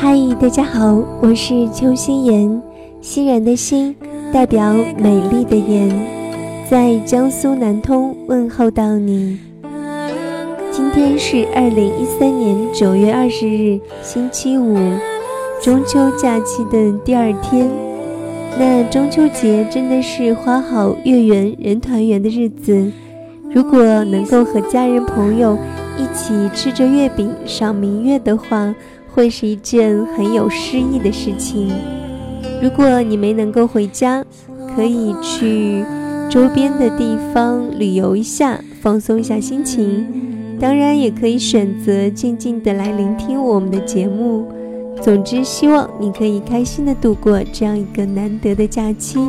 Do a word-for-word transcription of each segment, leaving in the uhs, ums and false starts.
嗨，大家好，我是邱心妍，欣然的欣代表美丽的妍，在江苏南通问候到你。今天是二零一三年九月二十日，星期五，中秋假期的第二天。那中秋节真的是花好月圆人团圆的日子，如果能够和家人朋友一起吃着月饼赏明月的话，会是一件很有诗意的事情。如果你没能够回家，可以去周边的地方旅游一下，放松一下心情，当然也可以选择静静的来聆听我们的节目。总之希望你可以开心的度过这样一个难得的假期。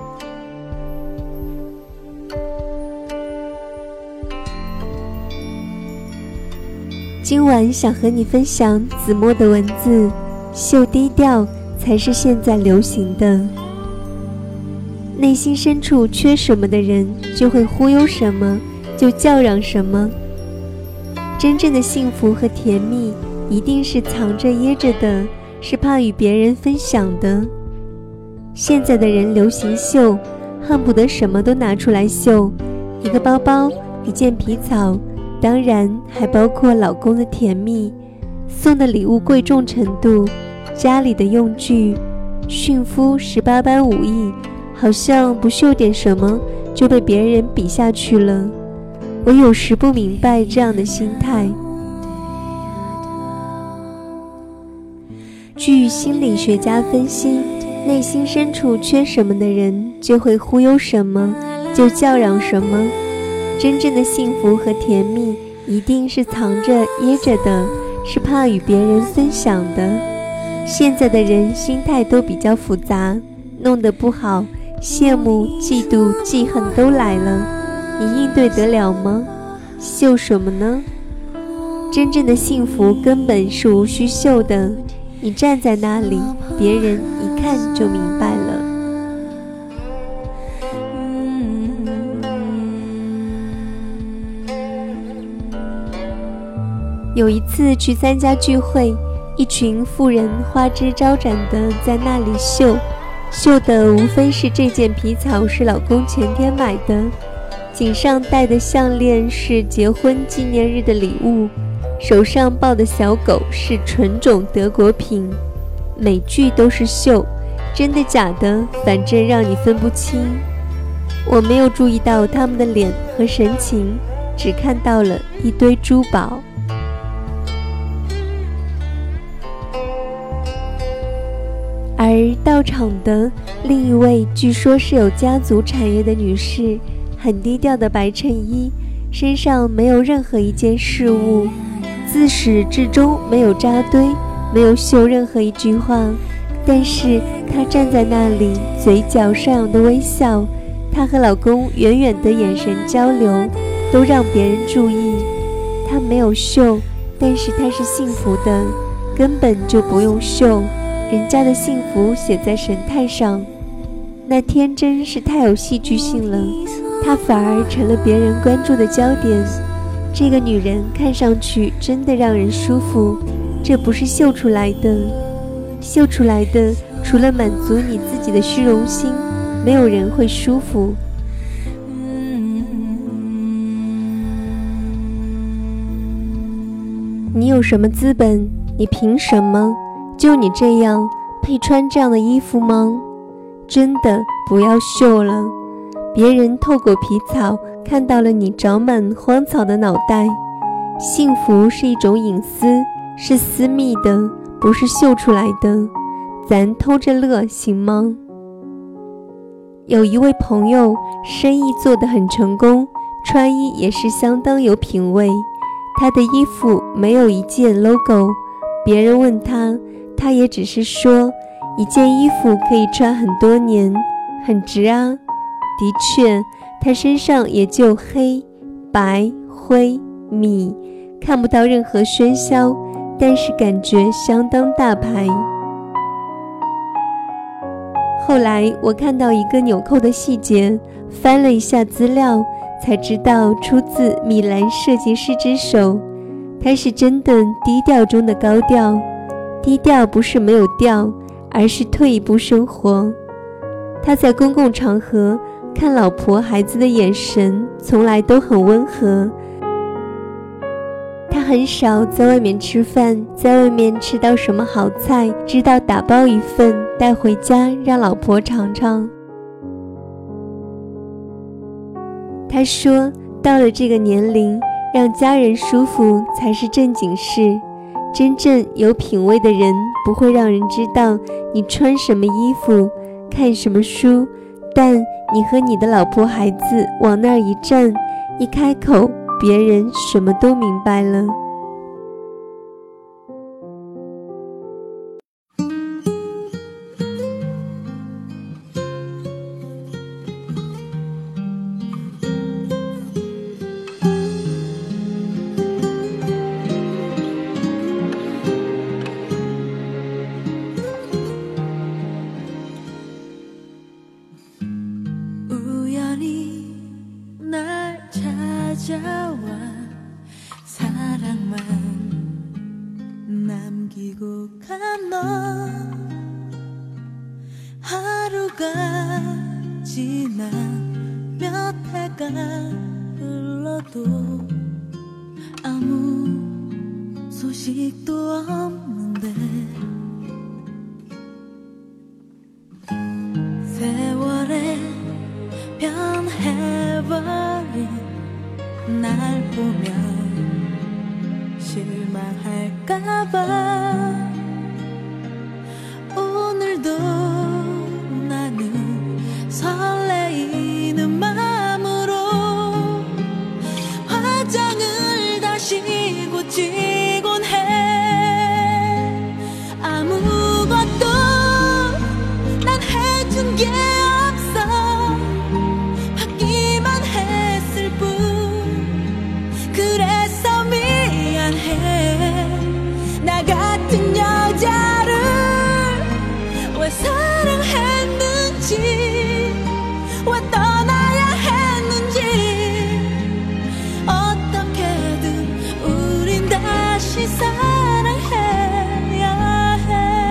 今晚想和你分享子墨的文字，秀低调才是现在流行的。内心深处缺什么的人，就会忽悠什么，就叫嚷什么。真正的幸福和甜蜜一定是藏着掖着的，是怕与别人分享的。现在的人流行秀，恨不得什么都拿出来秀，一个包包，一件皮草，当然还包括老公的甜蜜，送的礼物贵重程度，家里的用具，驯夫十八般武艺，好像不秀点什么就被别人比下去了。我有时不明白这样的心态。据心理学家分析，内心深处缺什么的人，就会忽悠什么，就叫嚷什么。真正的幸福和甜蜜一定是藏着掖着的，是怕与别人分享的。现在的人心态都比较复杂，弄得不好，羡慕、嫉妒、记恨都来了，你应对得了吗？秀什么呢？真正的幸福根本是无需秀的，你站在那里，别人一看就明白了。有一次去参加聚会，一群妇人花枝招展的在那里秀，秀的无非是这件皮草是老公前天买的，颈上戴的项链是结婚纪念日的礼物，手上抱的小狗是纯种德国品，每句都是秀，真的假的，反正让你分不清。我没有注意到他们的脸和神情，只看到了一堆珠宝。而到场的另一位据说是有家族产业的女士，很低调的白衬衣，身上没有任何一件饰物，自始至终没有扎堆，没有秀任何一句话，但是她站在那里，嘴角上扬的微笑，她和老公远远的眼神交流，都让别人注意。她没有秀，但是她是幸福的，根本就不用秀，人家的幸福写在神态上。那天真是太有戏剧性了，她反而成了别人关注的焦点。这个女人看上去真的让人舒服，这不是秀出来的，秀出来的除了满足你自己的虚荣心，没有人会舒服。你有什么资本？你凭什么？就你这样配穿这样的衣服吗？真的不要秀了，别人透过皮草看到了你长满荒草的脑袋。幸福是一种隐私，是私密的，不是秀出来的，咱偷着乐行吗？有一位朋友生意做得很成功，穿衣也是相当有品味，他的衣服没有一件 logo， 别人问他，他也只是说一件衣服可以穿很多年，很值啊。的确，他身上也就黑、白、灰、米，看不到任何喧嚣，但是感觉相当大牌。后来我看到一个纽扣的细节，翻了一下资料，才知道出自米兰设计师之手。他是真的低调中的高调， 低调不是没有调，而是退一步生活。他在公共场合看老婆孩子的眼神从来都很温和。他很少在外面吃饭，在外面吃到什么好菜，知道打包一份带回家让老婆尝尝。他说，到了这个年龄，让家人舒服才是正经事。真正有品味的人不会让人知道你穿什么衣服，看什么书，但你和你的老婆孩子往那儿一站，一开口，别人什么都明白了。 남기고 간 너 하루가 지나 몇 해가 흘러도 아무 소식도 없는데 세월에 변해버린 날 보면 실망할까봐 오늘도 나는 설레이는 마음으로 화장을 다시 고치곤 해. 아무것도 난 해준 게 없어. 받기만 했을 뿐. 그래서 미안해. 나 같은 여자를 왜 사랑했는지, 왜 떠나야 했는지. 어떻게든 우린 다시 사랑해야 해.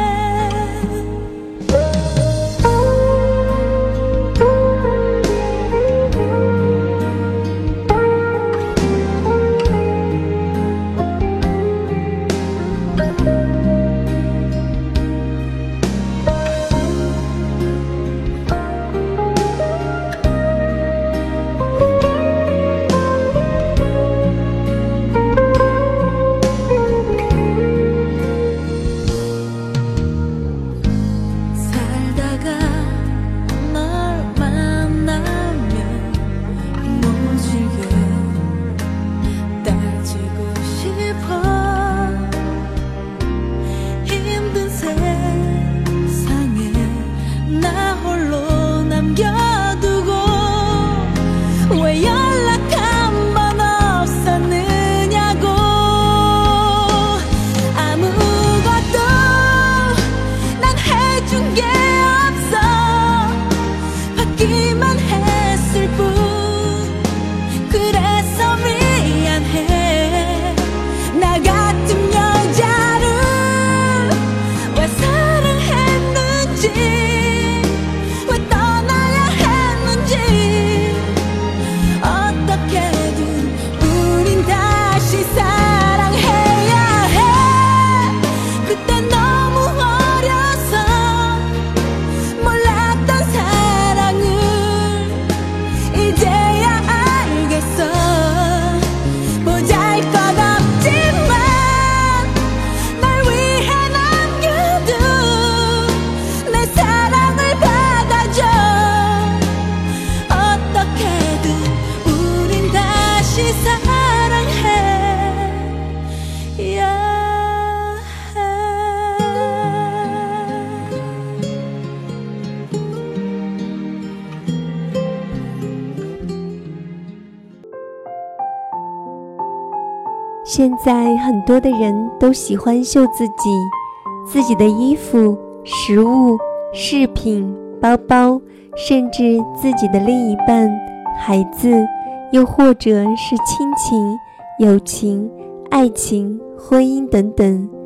现在很多的人都喜欢秀自己，自己的衣服、食物、饰品、包包，甚至自己的另一半、孩子，又或者是亲情、友情、爱情、婚姻等等。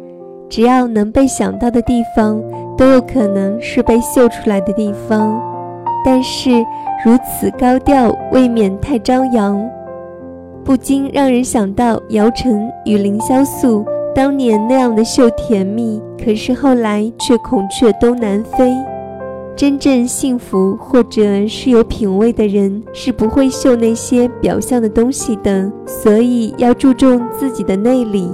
只要能被想到的地方，都有可能是被秀出来的地方。但是如此高调未免太张扬，不禁让人想到姚晨与凌潇肃当年那样的秀甜蜜，可是后来却孔雀东南飞。真正幸福或者是有品味的人是不会秀那些表象的东西的，所以要注重自己的内里。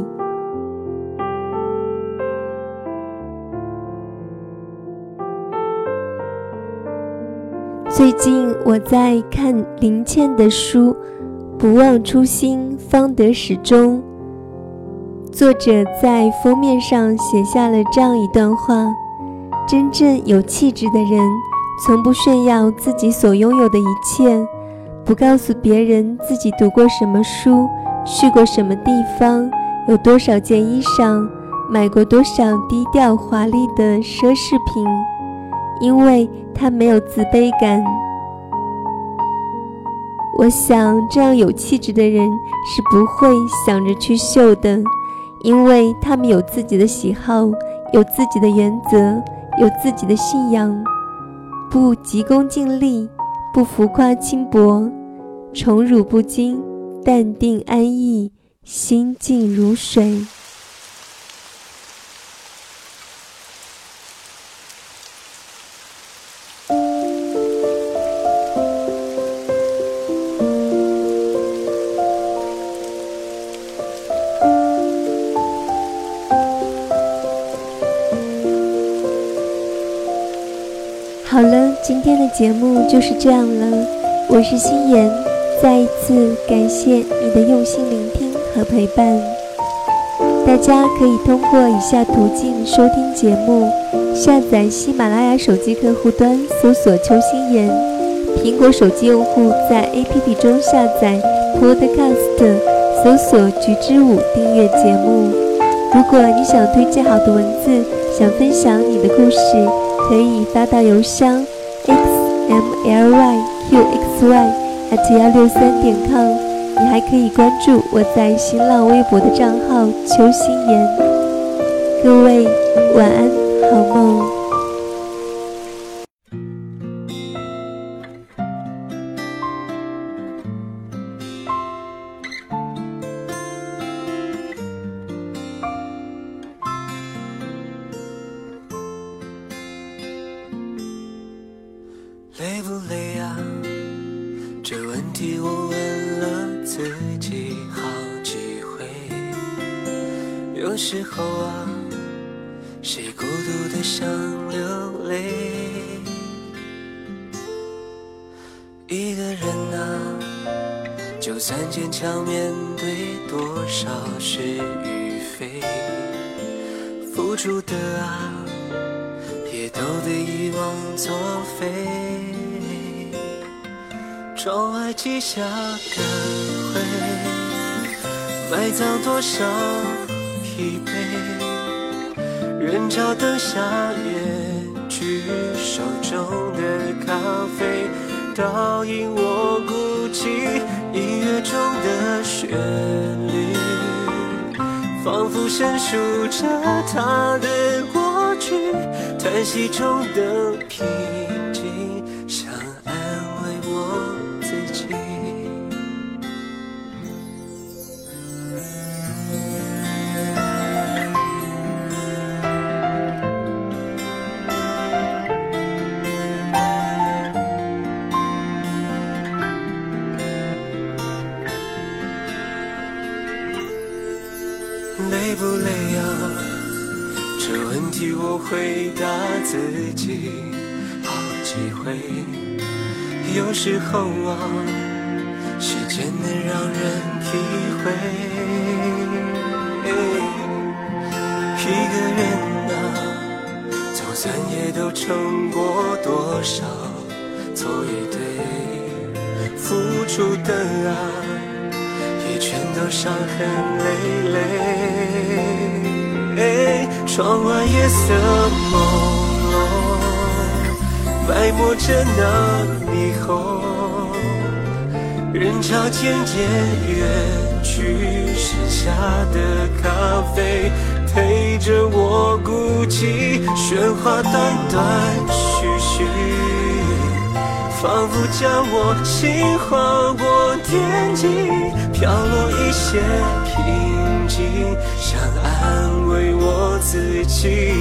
最近我在看林倩的书《不忘初心方得始终》，作者在封面上写下了这样一段话：真正有气质的人从不炫耀自己所拥有的一切，不告诉别人自己读过什么书，去过什么地方，有多少件衣裳，买过多少低调华丽的奢侈品，因为他没有自卑感。我想这样有气质的人是不会想着去秀的，因为他们有自己的喜好，有自己的原则，有自己的信仰，不急功近利，不浮夸轻薄，宠辱不惊，淡定安逸，心静如水。好了，今天的节目就是这样了，我是心妍，再一次感谢你的用心聆听和陪伴。大家可以通过以下途径收听节目：下载喜马拉雅手机客户端搜索邱心妍，苹果手机用户在 A P P 中下载 Podcast 搜索菊之舞订阅节目。如果你想推荐好的文字，想分享你的故事，可以发到邮箱 x m l y q x y at 一六三点 com。 你还可以关注我在新浪微博的账号邱心妍。各位晚安，好梦。 累不累啊？这问题我问了自己好几回。有时候啊，谁孤独的想流泪？一个人啊，就算坚强面对多少是与非，付出的啊也都被遗忘作废。窗外积下个灰，埋葬多少疲惫。人潮灯下远去手中的咖啡，倒映我孤寂音乐中的旋律，仿佛申诉着他的过去，叹息中的平静，想安慰我自己。累不累啊？这问题我回答自己好几回。有时候啊，时间能让人体会。一个人啊，总算也都撑过多少错与对，付出的啊也全都伤痕累累。窗外夜色朦胧，埋没着那霓虹，人潮渐渐远去，剩下的咖啡陪着我孤寂，喧哗断断续续，仿佛将我心划过天际，飘落一些平静，想安慰我自己。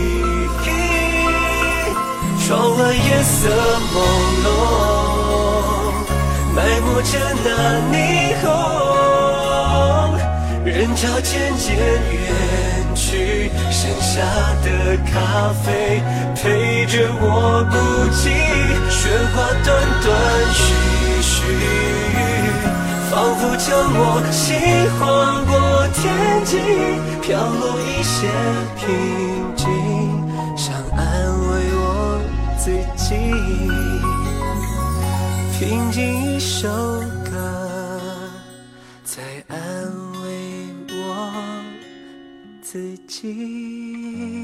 窗外夜色朦胧，埋没着那霓虹，人潮渐渐远去，剩下的咖啡陪着我孤寂，喧哗断断续续，仿佛将我心划过天际，飘落一些平静，想安慰我自己，拼尽一首歌在安慰我自己。